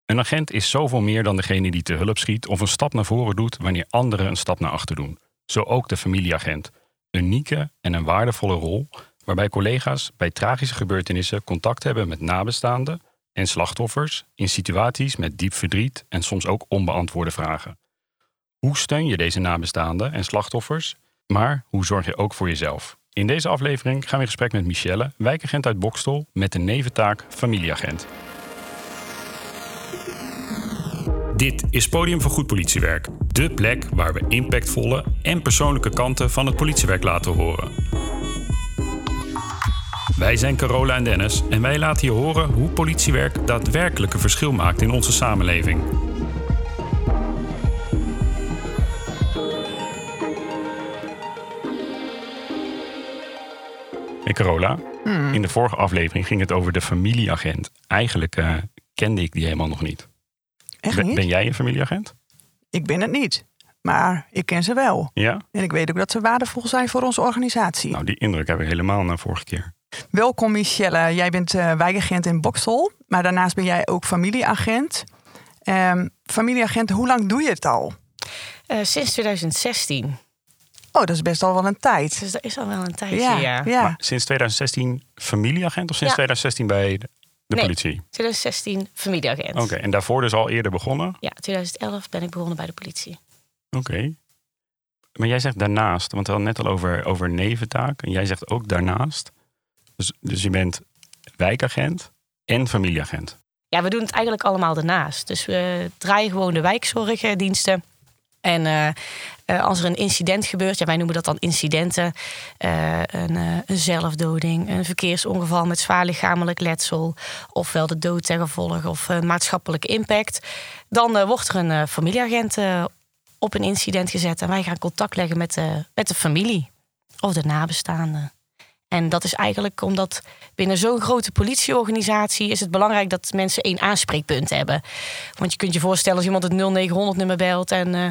Een agent is zoveel meer dan degene die te hulp schiet of een stap naar voren doet wanneer anderen een stap naar achter doen. Zo ook de familieagent. Een unieke en een waardevolle rol waarbij collega's bij tragische gebeurtenissen contact hebben met nabestaanden en slachtoffers in situaties met diep verdriet en soms ook onbeantwoorde vragen. Hoe steun je deze nabestaanden en slachtoffers? Maar hoe zorg je ook voor jezelf? In deze aflevering gaan we in gesprek met Michelle, wijkagent uit Boxtel, met de neventaak familieagent. Dit is Podium voor Goed Politiewerk. De plek waar we impactvolle en persoonlijke kanten van het politiewerk laten horen. Wij zijn Carola en Dennis en wij laten je horen hoe politiewerk daadwerkelijk een verschil maakt in onze samenleving. Hey Carola, in de vorige aflevering ging het over de familieagent. Eigenlijk kende ik die helemaal nog niet. Echt niet? Ben jij een familieagent? Ik ben het niet, maar ik ken ze wel. Ja? En ik weet ook dat ze waardevol zijn voor onze organisatie. Nou, die indruk heb ik helemaal na vorige keer. Welkom Michelle, jij bent wijkagent in Boxtel, maar daarnaast ben jij ook familieagent. Familieagent, hoe lang doe je het al? Sinds 2016. Oh, dat is best al wel een tijd. Dus dat is al wel een tijdje, ja. Maar sinds 2016 familieagent of sinds 2016 bij de politie? 2016 familieagent. Oké, en daarvoor dus al eerder begonnen? Ja, 2011 ben ik begonnen bij de politie. Oké. Maar jij zegt daarnaast, want we hadden net al over neventaak. En jij zegt ook daarnaast. Dus je bent wijkagent en familieagent. Ja, we doen het eigenlijk allemaal daarnaast. Dus we draaien gewoon de wijkzorgdiensten. En als er een incident gebeurt, wij noemen dat dan incidenten. Een zelfdoding, een verkeersongeval met zwaar lichamelijk letsel. Ofwel de dood ten gevolge of maatschappelijke impact. Dan wordt er een familieagent op een incident gezet. En wij gaan contact leggen met de familie of de nabestaanden. En dat is eigenlijk omdat binnen zo'n grote politieorganisatie is het belangrijk dat mensen één aanspreekpunt hebben. Want je kunt je voorstellen als iemand het 0900-nummer belt en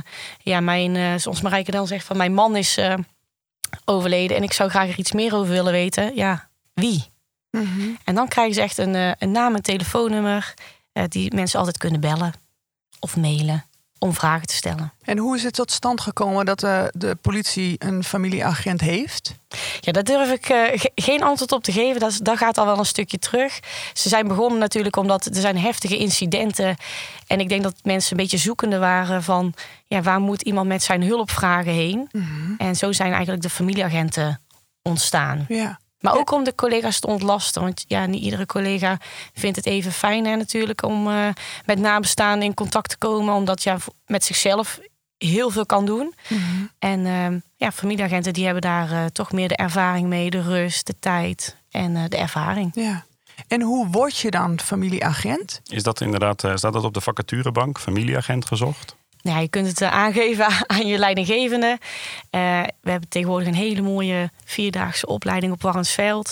zoals Marijke dan zegt van mijn man is overleden en ik zou graag er iets meer over willen weten. Ja, wie? Mm-hmm. En dan krijgen ze echt een naam en telefoonnummer die mensen altijd kunnen bellen of mailen om vragen te stellen. En hoe is het tot stand gekomen dat de politie een familieagent heeft? Ja, daar durf ik geen antwoord op te geven. Dat gaat al wel een stukje terug. Ze zijn begonnen natuurlijk omdat er zijn heftige incidenten. En ik denk dat mensen een beetje zoekende waren van waar moet iemand met zijn hulpvragen heen? Mm-hmm. En zo zijn eigenlijk de familieagenten ontstaan. Ja. Maar ook om de collega's te ontlasten. Want niet iedere collega vindt het even fijn natuurlijk om met nabestaanden in contact te komen. Omdat je met zichzelf heel veel kan doen. Mm-hmm. En familieagenten die hebben daar toch meer de ervaring mee. De rust, de tijd en de ervaring. Ja. En hoe word je dan familieagent? Is dat inderdaad, staat dat op de vacaturebank, familieagent gezocht? Ja, je kunt het aangeven aan je leidinggevende. We hebben tegenwoordig een hele mooie 4-daagse opleiding op Warnsveld.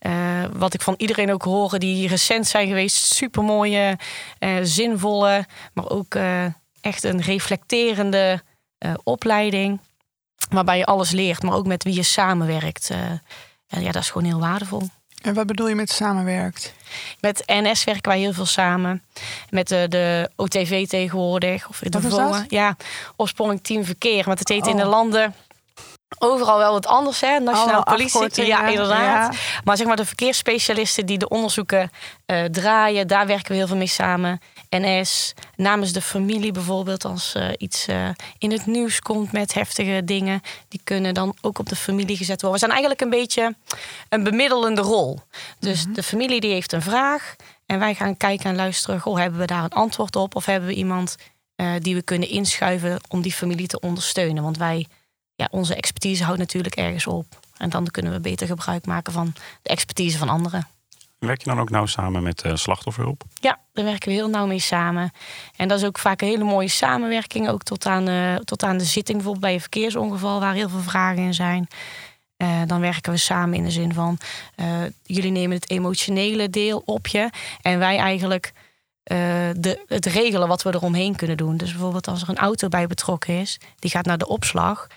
Wat ik van iedereen ook hoor die recent zijn geweest. Supermooie, zinvolle, maar ook echt een reflecterende opleiding. Waarbij je alles leert, maar ook met wie je samenwerkt. Dat is gewoon heel waardevol. En wat bedoel je met samenwerkt? Met NS werken wij heel veel samen. Met de OTV tegenwoordig. Of wat is dat? Ja, opsporing team verkeer. Want het heet in de landen overal wel wat anders, hè? Nationale politie. Ja, inderdaad. Ja. Maar zeg maar de verkeersspecialisten die de onderzoeken draaien, daar werken we heel veel mee samen. NS, namens de familie bijvoorbeeld, als iets in het nieuws komt met heftige dingen, die kunnen dan ook op de familie gezet worden. We zijn eigenlijk een beetje een bemiddelende rol. Dus de familie die heeft een vraag en wij gaan kijken en luisteren. Hebben we daar een antwoord op? Of hebben we iemand die we kunnen inschuiven om die familie te ondersteunen? Want onze expertise houdt natuurlijk ergens op. En dan kunnen we beter gebruik maken van de expertise van anderen. Werk je dan ook nauw samen met slachtofferhulp? Ja, daar werken we heel nauw mee samen. En dat is ook vaak een hele mooie samenwerking. Ook tot aan de zitting bijvoorbeeld bij een verkeersongeval waar heel veel vragen in zijn. Dan werken we samen in de zin van jullie nemen het emotionele deel op je. En wij eigenlijk het regelen wat we eromheen kunnen doen. Dus bijvoorbeeld als er een auto bij betrokken is, die gaat naar de opslag.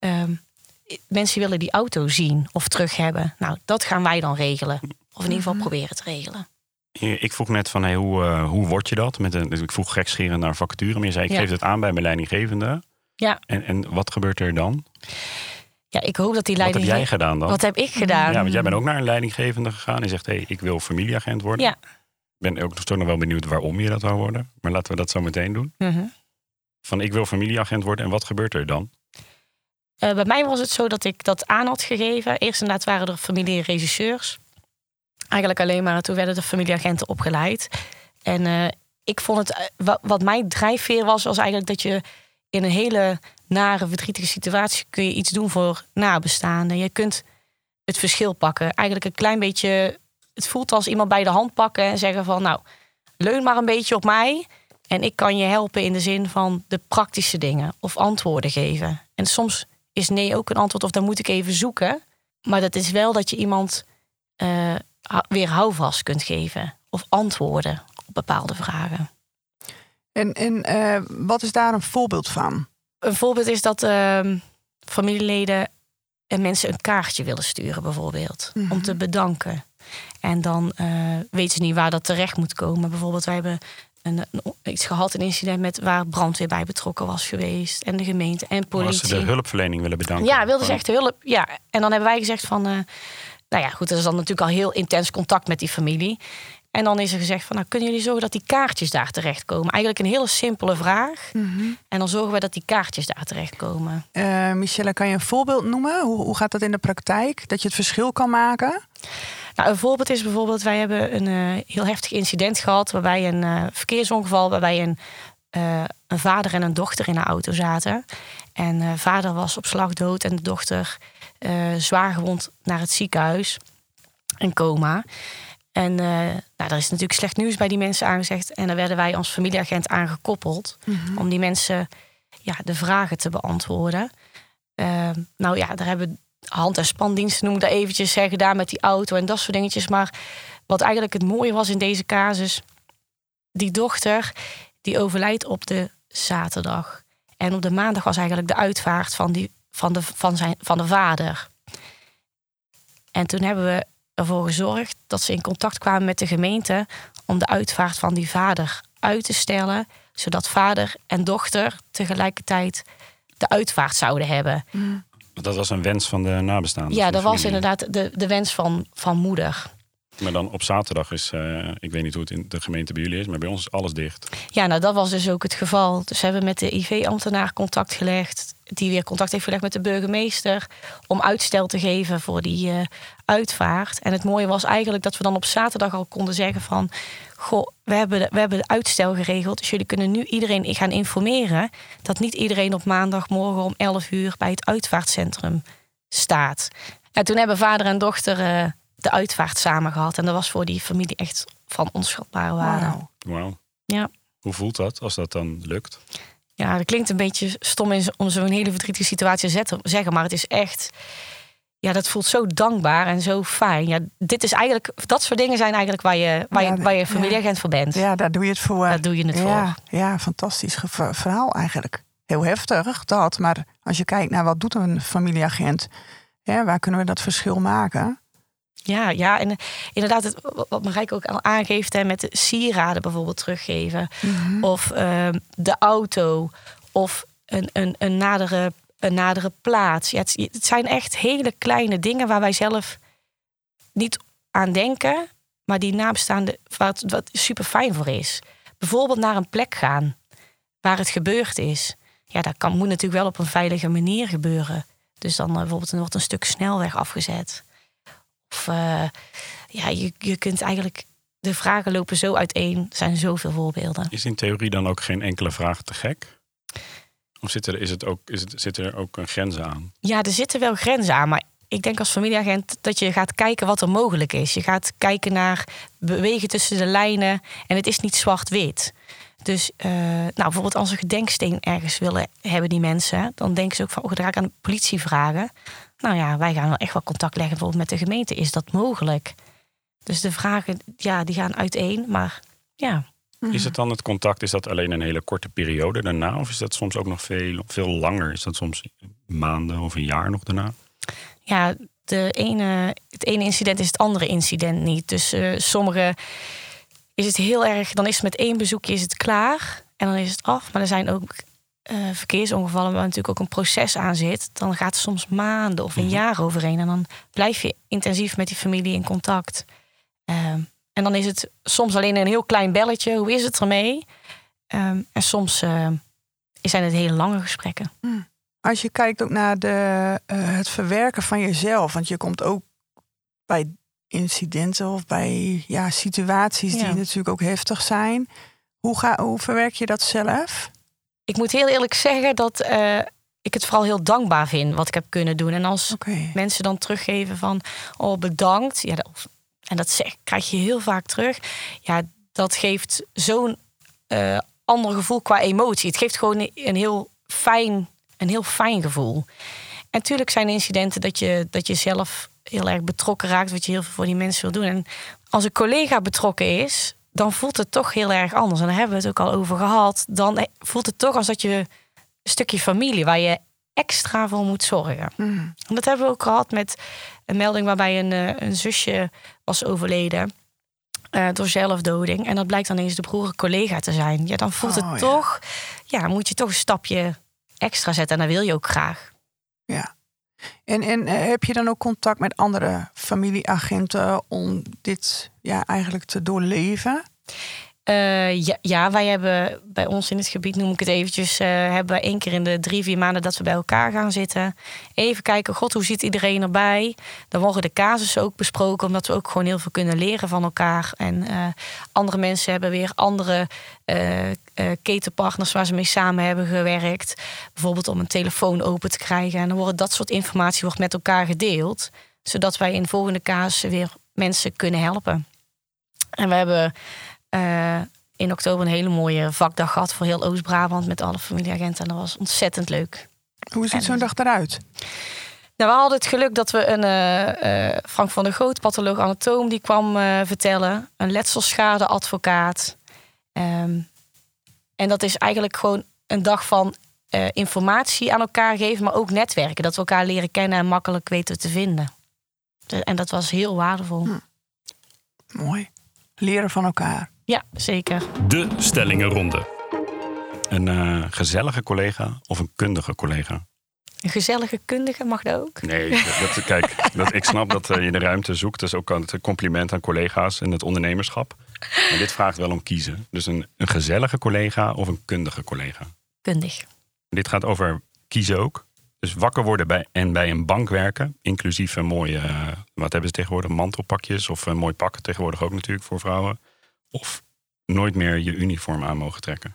Mensen willen die auto zien of terug hebben. Nou, dat gaan wij dan regelen. Of in ieder geval proberen te regelen. Ik vroeg net van, hoe word je dat? Dus ik vroeg gekscherend naar vacature. Maar je zei, ik geef het aan bij mijn leidinggevende. Ja. En wat gebeurt er dan? Ja, ik hoop dat die Wat heb jij gedaan dan? Wat heb ik gedaan? Ja, want jij bent ook naar een leidinggevende gegaan. En zegt, ik wil familieagent worden. Ja. Ik ben ook nog wel benieuwd waarom je dat zou worden. Maar laten we dat zo meteen doen. Mm-hmm. Van, ik wil familieagent worden. En wat gebeurt er dan? Bij mij was het zo dat ik dat aan had gegeven. Eerst inderdaad waren er familieregisseurs. Eigenlijk alleen maar, toen werden de familieagenten opgeleid. En ik vond het, wat mijn drijfveer was eigenlijk dat je in een hele nare, verdrietige situatie kun je iets doen voor nabestaanden. Je kunt het verschil pakken. Eigenlijk een klein beetje, het voelt als iemand bij de hand pakken en zeggen van, nou, leun maar een beetje op mij en ik kan je helpen in de zin van de praktische dingen of antwoorden geven. En soms is nee ook een antwoord of dan moet ik even zoeken. Maar dat is wel dat je iemand weer houvast kunt geven of antwoorden op bepaalde vragen. En wat is daar een voorbeeld van? Een voorbeeld is dat familieleden en mensen een kaartje willen sturen bijvoorbeeld. Mm-hmm. Om te bedanken. En dan weten ze niet waar dat terecht moet komen. Bijvoorbeeld wij hebben iets gehad, een incident met waar brandweer bij betrokken was geweest. En de gemeente en politie. Als ze de hulpverlening willen bedanken. Ja, wilden ze echt de hulp. Ja. En dan hebben wij gezegd van, nou ja goed, dat is dan natuurlijk al heel intens contact met die familie. En dan is er gezegd van, nou, kunnen jullie zorgen dat die kaartjes daar terechtkomen? Eigenlijk een hele simpele vraag. Mm-hmm. En dan zorgen wij dat die kaartjes daar terechtkomen. Michelle, kan je een voorbeeld noemen? Hoe gaat dat in de praktijk? Dat je het verschil kan maken? Nou, een voorbeeld is bijvoorbeeld, wij hebben een heel heftig incident gehad. Waarbij een verkeersongeval, waarbij een vader en een dochter in een auto zaten. En vader was op slag dood en de dochter zwaar gewond naar het ziekenhuis. In coma. En er is natuurlijk slecht nieuws bij die mensen aangezegd. En daar werden wij als familieagent aan gekoppeld. Mm-hmm. Om die mensen de vragen te beantwoorden. Daar hebben hand- en spandiensten, noem ik dat eventjes, gedaan met die auto en dat soort dingetjes. Maar wat eigenlijk het mooie was in deze casus, die dochter die overlijdt op de zaterdag. En op de maandag was eigenlijk de uitvaart van de vader. En toen hebben we ervoor gezorgd dat ze in contact kwamen met de gemeente om de uitvaart van die vader uit te stellen, zodat vader en dochter tegelijkertijd de uitvaart zouden hebben. Mm. Dat was een wens van de nabestaanden? Ja, dat was inderdaad de wens van moeder. Maar dan op zaterdag is, ik weet niet hoe het in de gemeente bij jullie is, maar bij ons is alles dicht. Ja, nou dat was dus ook het geval. Dus we hebben met de IV-ambtenaar contact gelegd, die weer contact heeft gelegd met de burgemeester om uitstel te geven voor die uitvaart. En het mooie was eigenlijk dat we dan op zaterdag al konden zeggen van, goh, we hebben uitstel geregeld, dus jullie kunnen nu iedereen gaan informeren dat niet iedereen op maandagmorgen om 11 uur bij het uitvaartcentrum staat. En toen hebben vader en dochter de uitvaart samen gehad. En dat was voor die familie echt van onschatbare waarde. Wauw. Ja. Hoe voelt dat als dat dan lukt? Ja, dat klinkt een beetje stom om zo'n hele verdrietige situatie te zeggen. Maar het is echt, ja, dat voelt zo dankbaar en zo fijn. Ja, dit is eigenlijk, dat soort dingen zijn eigenlijk waar je familieagent voor bent. Ja, daar doe je het voor. Daar doe je het voor. Ja, fantastisch verhaal eigenlijk. Heel heftig, dat. Maar als je kijkt naar wat doet een familieagent, waar kunnen we dat verschil maken? Ja, en inderdaad, wat Marijke ook al aangeeft, met de sieraden bijvoorbeeld teruggeven. Mm-hmm. Of de auto, of een nadere plaats. Ja, het zijn echt hele kleine dingen waar wij zelf niet aan denken, maar die nabestaanden wat super fijn voor is. Bijvoorbeeld naar een plek gaan waar het gebeurd is. Ja, dat moet natuurlijk wel op een veilige manier gebeuren. Dus dan bijvoorbeeld er wordt een stuk snelweg afgezet. Of je kunt eigenlijk, de vragen lopen zo uiteen. Er zijn zoveel voorbeelden. Is in theorie dan ook geen enkele vraag te gek? Of zit er ook een grens aan? Ja, er zitten wel grenzen aan. Maar ik denk als familieagent dat je gaat kijken wat er mogelijk is. Je gaat kijken naar bewegen tussen de lijnen. En het is niet zwart-wit. Dus bijvoorbeeld als ze een gedenksteen ergens willen hebben die mensen, dan denken ze ook van, ga ik aan de politie vragen. Nou ja, wij gaan wel echt wel contact leggen bijvoorbeeld met de gemeente. Is dat mogelijk? Dus de vragen, die gaan uiteen, maar ja. Is het dan het contact, is dat alleen een hele korte periode daarna? Of is dat soms ook nog veel langer? Is dat soms maanden of een jaar nog daarna? Ja, het ene incident is het andere incident niet. Dus sommige is het heel erg... Dan is het met 1 bezoekje is het klaar. En dan is het af. Maar er zijn ook verkeersongevallen waar natuurlijk ook een proces aan zit. Dan gaat het soms maanden of een jaar overheen. En dan blijf je intensief met die familie in contact. En dan is het soms alleen een heel klein belletje. Hoe is het ermee? En soms zijn het hele lange gesprekken. Als je kijkt ook naar het verwerken van jezelf. Want je komt ook bij incidenten of bij situaties die natuurlijk ook heftig zijn. Hoe verwerk je dat zelf? Ik moet heel eerlijk zeggen dat ik het vooral heel dankbaar vind wat ik heb kunnen doen. En als mensen dan teruggeven van bedankt. Ja, en dat krijg je heel vaak terug. Ja, dat geeft zo'n ander gevoel qua emotie. Het geeft gewoon een heel fijn gevoel. En natuurlijk zijn er incidenten dat je zelf heel erg betrokken raakt, wat je heel veel voor die mensen wil doen. En als een collega betrokken is, dan voelt het toch heel erg anders. En daar hebben we het ook al over gehad. Dan voelt het toch als dat je een stukje familie waar je extra voor moet zorgen. En dat hebben we ook gehad met een melding waarbij een zusje was overleden door zelfdoding. En dat blijkt dan eens de broer collega te zijn. Ja, dan voelt het toch... Ja, moet je toch een stapje extra zetten. En dat wil je ook graag. Ja. En heb je dan ook contact met andere familieagenten om dit eigenlijk te doorleven? Wij hebben bij ons in het gebied, noem ik het eventjes, hebben we 1 keer in de 3-4 maanden dat we bij elkaar gaan zitten. Even kijken, hoe zit iedereen erbij? Dan worden de casussen ook besproken, omdat we ook gewoon heel veel kunnen leren van elkaar. En andere mensen hebben weer andere ketenpartners waar ze mee samen hebben gewerkt. Bijvoorbeeld om een telefoon open te krijgen. En dan wordt dat soort informatie met elkaar gedeeld, zodat wij in volgende casussen weer mensen kunnen helpen. En we hebben in oktober een hele mooie vakdag gehad voor heel Oost-Brabant met alle familieagenten. En dat was ontzettend leuk. Hoe ziet zo'n dag eruit? Nou, we hadden het geluk dat we Frank van der Goot, patholoog-anatoom, die kwam vertellen. Een letselschadeadvocaat. En dat is eigenlijk gewoon een dag van informatie aan elkaar geven, maar ook netwerken. Dat we elkaar leren kennen en makkelijk weten te vinden. En dat was heel waardevol. Mooi. Leren van elkaar. Ja, zeker. De stellingenronde. Een gezellige collega of een kundige collega? Een gezellige kundige, mag dat ook? Nee, ik snap dat je de ruimte zoekt. Dat is ook een compliment aan collega's in het ondernemerschap. Maar dit vraagt wel om kiezen. Dus een gezellige collega of een kundige collega? Kundig. Dit gaat over kiezen ook. Dus wakker worden bij een bank werken. Inclusief een mooie, wat hebben ze tegenwoordig, mantelpakjes. Of een mooi pak tegenwoordig ook natuurlijk voor vrouwen. Of nooit meer je uniform aan mogen trekken.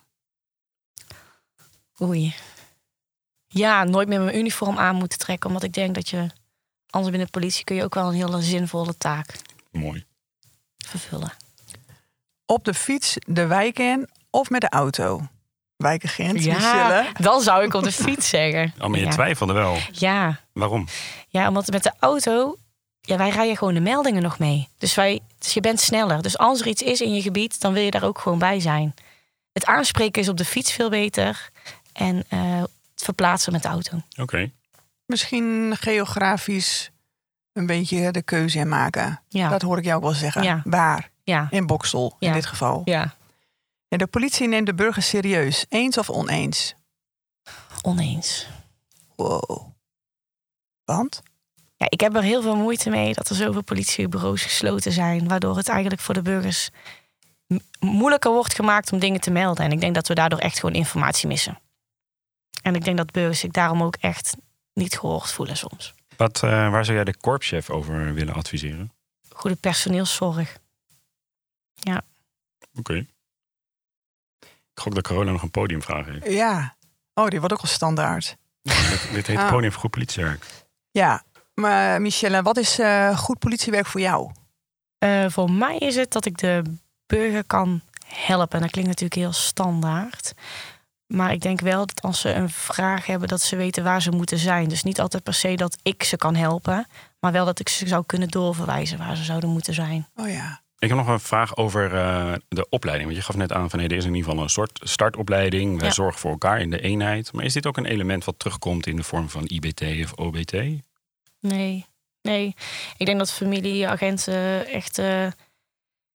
Oei. Ja, nooit meer mijn uniform aan moeten trekken. Omdat ik denk dat je, anders binnen de politie kun je ook wel een hele zinvolle taak mooi vervullen. Op de fiets de wijk in of met de auto? Wijkagent, ja, Michelle. Dan zou ik op de fiets zeggen. Maar je twijfelde wel. Ja. Waarom? Ja, omdat met de auto, wij rijden gewoon de meldingen nog mee. Dus je bent sneller. Dus als er iets is in je gebied, dan wil je daar ook gewoon bij zijn. Het aanspreken is op de fiets veel beter. En het verplaatsen met de auto. Oké. Misschien geografisch een beetje de keuze in maken. Ja. Dat hoor ik jou ook wel zeggen. Ja. Waar? Ja. In Boxtel, in dit geval. Ja. En de politie neemt de burgers serieus. Eens of oneens? Oneens. Wow. Want? Ja, ik heb er heel veel moeite mee dat er zoveel politiebureaus gesloten zijn. Waardoor het eigenlijk voor de burgers moeilijker wordt gemaakt om dingen te melden. En ik denk dat we daardoor echt gewoon informatie missen. En ik denk dat burgers zich daarom ook echt niet gehoord voelen soms. Waar zou jij de korpschef over willen adviseren? Goede personeelszorg. Ja. Oké. Ik gok dat Carola nog een podiumvraag heeft. Ja. Oh, die wordt ook al standaard. Dit heet podium voor goed politiewerk. Ja. Maar Michelle, wat is goed politiewerk voor jou? Voor mij is het dat ik de burger kan helpen. En dat klinkt natuurlijk heel standaard. Maar ik denk wel dat als ze een vraag hebben, dat ze weten waar ze moeten zijn. Dus niet altijd per se dat ik ze kan helpen. Maar wel dat ik ze zou kunnen doorverwijzen waar ze zouden moeten zijn. Oh ja. Ik heb nog een vraag over de opleiding. Want je gaf net aan van er is in ieder geval een soort startopleiding. Wij zorgen voor elkaar in de eenheid. Maar is dit ook een element wat terugkomt in de vorm van IBT of OBT? Nee. Ik denk dat familieagenten echt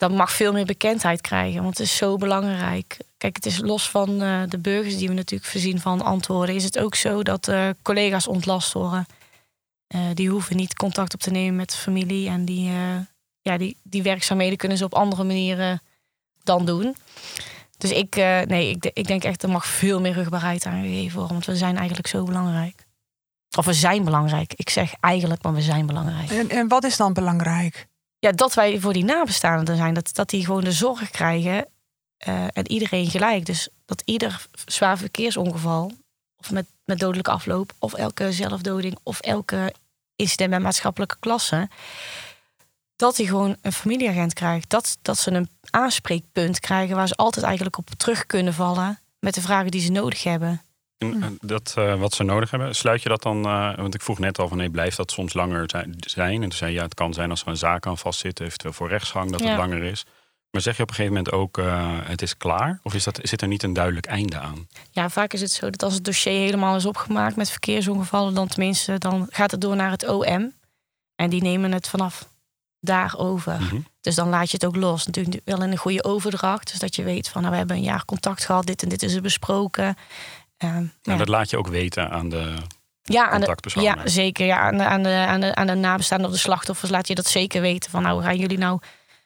dat mag veel meer bekendheid krijgen. Want het is zo belangrijk. Kijk, het is los van de burgers die we natuurlijk voorzien van antwoorden. Is het ook zo dat collega's ontlast worden. Die hoeven niet contact op te nemen met de familie. En die werkzaamheden kunnen ze op andere manieren dan doen. Dus ik denk echt, er mag veel meer rugbaarheid aangegeven worden. Want we zijn eigenlijk zo belangrijk. Of we zijn belangrijk. Ik zeg eigenlijk, maar we zijn belangrijk. En wat is dan belangrijk? Ja, dat wij voor die nabestaanden zijn. Dat die gewoon de zorg krijgen. En iedereen gelijk. Dus dat ieder zwaar verkeersongeval, of met dodelijke afloop, of elke zelfdoding, of elke incident met maatschappelijke klasse, dat die gewoon een familieagent krijgt. Dat ze een aanspreekpunt krijgen waar ze altijd eigenlijk op terug kunnen vallen met de vragen die ze nodig hebben. En wat ze nodig hebben, sluit je dat dan... want ik vroeg net al van, nee, blijft dat soms langer zijn? En toen zei je, ja, het kan zijn als er een zaak aan vastzit, eventueel voor rechtsgang, dat het langer is. Maar zeg je op een gegeven moment ook, het is klaar? Of zit er niet een duidelijk einde aan? Ja, vaak is het zo dat als het dossier helemaal is opgemaakt met verkeersongevallen, dan gaat het door naar het OM. En die nemen het vanaf daarover. Mm-hmm. Dus dan laat je het ook los. Natuurlijk wel in een goede overdracht. Dus dat je weet van, we hebben een jaar contact gehad, dit en dit is er besproken. En dat laat je ook weten aan de contactpersoon. Ja, zeker. Ja, aan de nabestaanden of de slachtoffers laat je dat zeker weten. Van, gaan jullie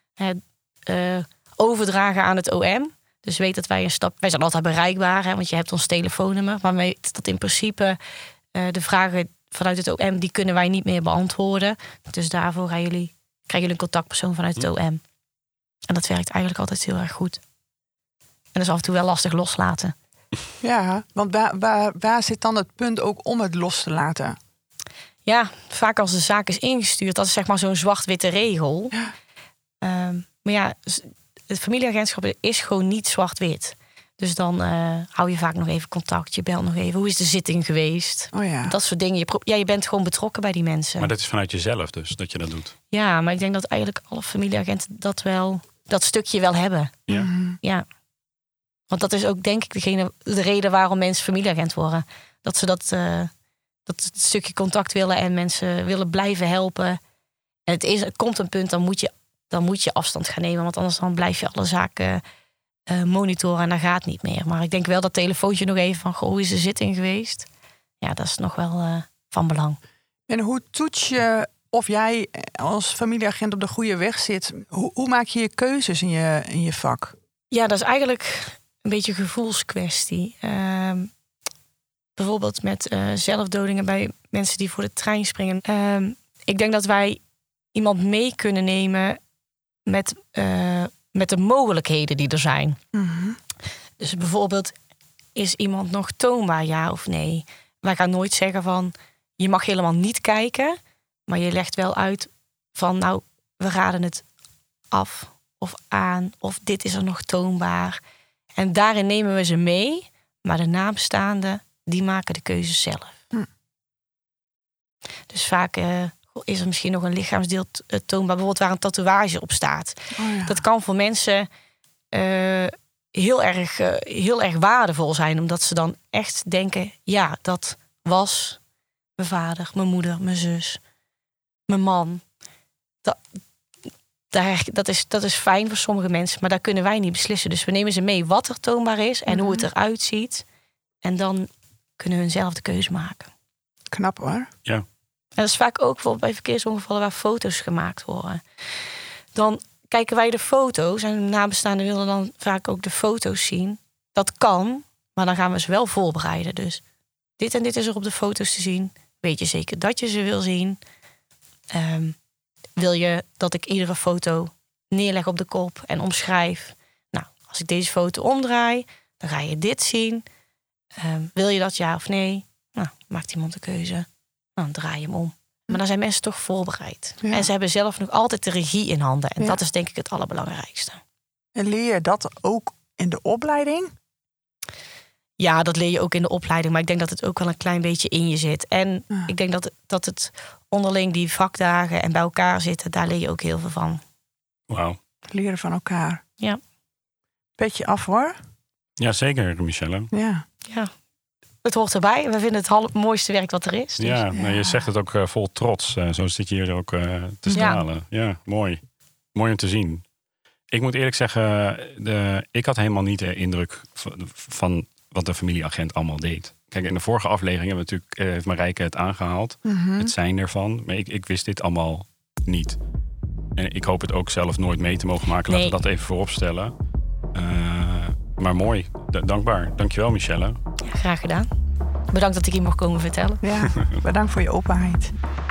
overdragen aan het OM? Dus weet dat wij zijn altijd bereikbaar, want je hebt ons telefoonnummer. Maar weet dat in principe de vragen vanuit het OM, die kunnen wij niet meer beantwoorden. Dus daarvoor krijgen jullie een contactpersoon vanuit het OM. En dat werkt eigenlijk altijd heel erg goed. En dat is af en toe wel lastig loslaten. Ja, want waar zit dan het punt ook om het los te laten? Ja, vaak als de zaak is ingestuurd, dat is zeg maar zo'n zwart-witte regel. Ja. Maar ja, het familieagentschap is gewoon niet zwart-wit. Dus dan hou je vaak nog even contact. Je belt nog even, hoe is de zitting geweest? Oh ja. Dat soort dingen. Je bent gewoon betrokken bij die mensen. Maar dat is vanuit jezelf dus, dat je dat doet? Ja, maar ik denk dat eigenlijk alle familieagenten dat stukje wel hebben. Ja. Ja. Want dat is ook denk ik de reden waarom mensen familieagent worden. Dat ze dat stukje contact willen en mensen willen blijven helpen. En het komt een punt, dan moet je afstand gaan nemen. Want anders dan blijf je alle zaken monitoren en dat gaat niet meer. Maar ik denk wel dat telefoontje nog even van, hoe is de zitting geweest? Ja, dat is nog wel van belang. En hoe toets je of jij als familieagent op de goede weg zit? Hoe maak je je keuzes in je vak? Ja, dat is eigenlijk een beetje een gevoelskwestie. Bijvoorbeeld met zelfdodingen bij mensen die voor de trein springen. Ik denk dat wij iemand mee kunnen nemen met de mogelijkheden die er zijn. Mm-hmm. Dus bijvoorbeeld, is iemand nog toonbaar, ja of nee? Wij gaan nooit zeggen van, je mag helemaal niet kijken, maar je legt wel uit van, we raden het af of aan, of dit is er nog toonbaar. En daarin nemen we ze mee, maar de nabestaanden, die maken de keuzes zelf. Dus vaak is er misschien nog een lichaamsdeel toonbaar, bijvoorbeeld waar een tatoeage op staat. Oh ja. Dat kan voor mensen heel erg waardevol zijn, omdat ze dan echt denken, ja, dat was mijn vader, mijn moeder, mijn zus, mijn man. Dat is fijn voor sommige mensen, maar daar kunnen wij niet beslissen. Dus we nemen ze mee wat er toonbaar is en hoe het eruit ziet. En dan kunnen hun zelf de keuze maken. Knap hoor. Ja. En dat is vaak ook bijvoorbeeld bij verkeersongevallen waar foto's gemaakt worden. Dan kijken wij de foto's en de nabestaanden willen dan vaak ook de foto's zien. Dat kan, maar dan gaan we ze wel voorbereiden. Dus dit en dit is er op de foto's te zien. Weet je zeker dat je ze wil zien? Wil je dat ik iedere foto neerleg op de kop en omschrijf? Nou, als ik deze foto omdraai, dan ga je dit zien. Wil je dat ja of nee? Nou, maakt iemand de keuze. Dan draai je hem om. Maar dan zijn mensen toch voorbereid. Ja. En ze hebben zelf nog altijd de regie in handen. En dat is denk ik het allerbelangrijkste. En leer je dat ook in de opleiding? Ja, dat leer je ook in de opleiding. Maar ik denk dat het ook wel een klein beetje in je zit. En ik denk dat het onderling die vakdagen en bij elkaar zitten, daar leer je ook heel veel van. Wauw. Leren van elkaar. Ja. Petje af hoor. Ja, zeker, Michelle. Ja. Het hoort erbij. We vinden het mooiste werk wat er is. Dus. Ja, nou, je zegt het ook vol trots. Zo zit je hier ook te stralen. Ja, mooi. Mooi om te zien. Ik moet eerlijk zeggen, ik had helemaal niet de indruk van wat de familieagent allemaal deed. Kijk, in de vorige aflevering hebben we natuurlijk, heeft Marijke het aangehaald. Mm-hmm. Het zijn ervan. Maar ik wist dit allemaal niet. En ik hoop het ook zelf nooit mee te mogen maken. Laten we dat even voorop stellen. Maar mooi. Dankbaar. Dankjewel, Michelle. Ja, graag gedaan. Bedankt dat ik hier mocht komen vertellen. Ja, bedankt voor je openheid.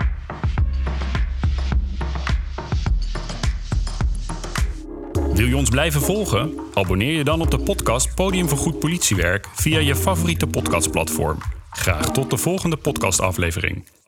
Wil je ons blijven volgen? Abonneer je dan op de podcast Podium voor Goed Politiewerk via je favoriete podcastplatform. Graag tot de volgende podcastaflevering.